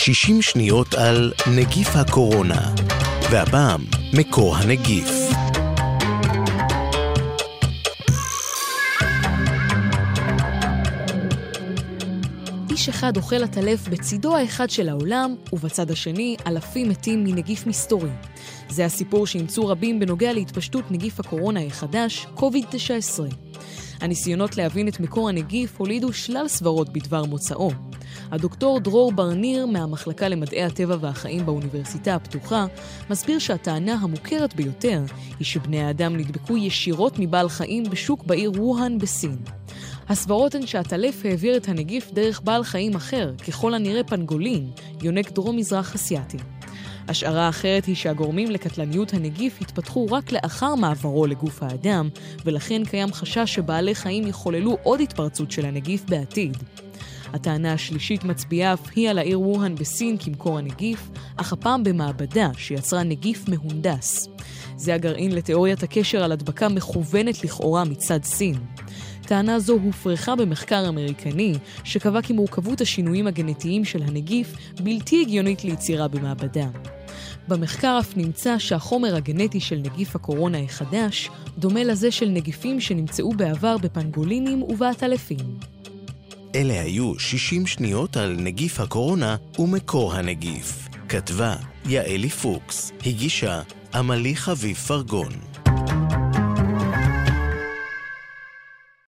60 שניות על נגיף הקורונה, והפעם מקור הנגיף. איש אחד אוכל הטלף בצידו האחד של העולם, ובצד השני אלפים מתים מנגיף מסתורי. זה הסיפור שימצאו רבים בנוגע להתפשטות נגיף הקורונה החדש, COVID-19. הניסיונות להבין את מקור הנגיף הולידו שלל סברות בדבר מוצאו. הדוקטור דרור ברניר מהמחלקה למדעי הטבע והחיים באוניברסיטה הפתוחה מסביר שהטענה המוכרת ביותר היא שבני האדם נדבקו ישירות מבעל חיים בשוק בעיר ווהאן בסין. הסברות הן שהטלף העביר את הנגיף דרך בעל חיים אחר, ככל הנראה פנגולין, יונק דרום-מזרח אסיאטי. השערה האחרת היא שהגורמים לקטלניות הנגיף התפתחו רק לאחר מעברו לגוף האדם, ולכן קיים חשש שבעלי חיים יחוללו עוד התפרצות של הנגיף בעתיד. הטענה השלישית מצביעה אף היא על העיר ווהאן בסין כמקור הנגיף, אך הפעם במעבדה שיצרה נגיף מהונדס. זה הגרעין לתיאוריית הקשר על הדבקה מכוונת לכאורה מצד סין. טענה זו הופרחה במחקר אמריקני שקבע כי מורכבות השינויים הגנטיים של הנגיף בלתי הגיונית ליצירה במעבדה. במחקר אף נמצא שהחומר הגנטי של נגיף הקורונה החדש דומה לזה של נגיפים שנמצאו בעבר בפנגולינים ובעטלפים. אלה היו 60 שניות על נגיף הקורונה ומקור הנגיף. כתבה יעלי פוקס, הגישה עמלי חביב פרגון.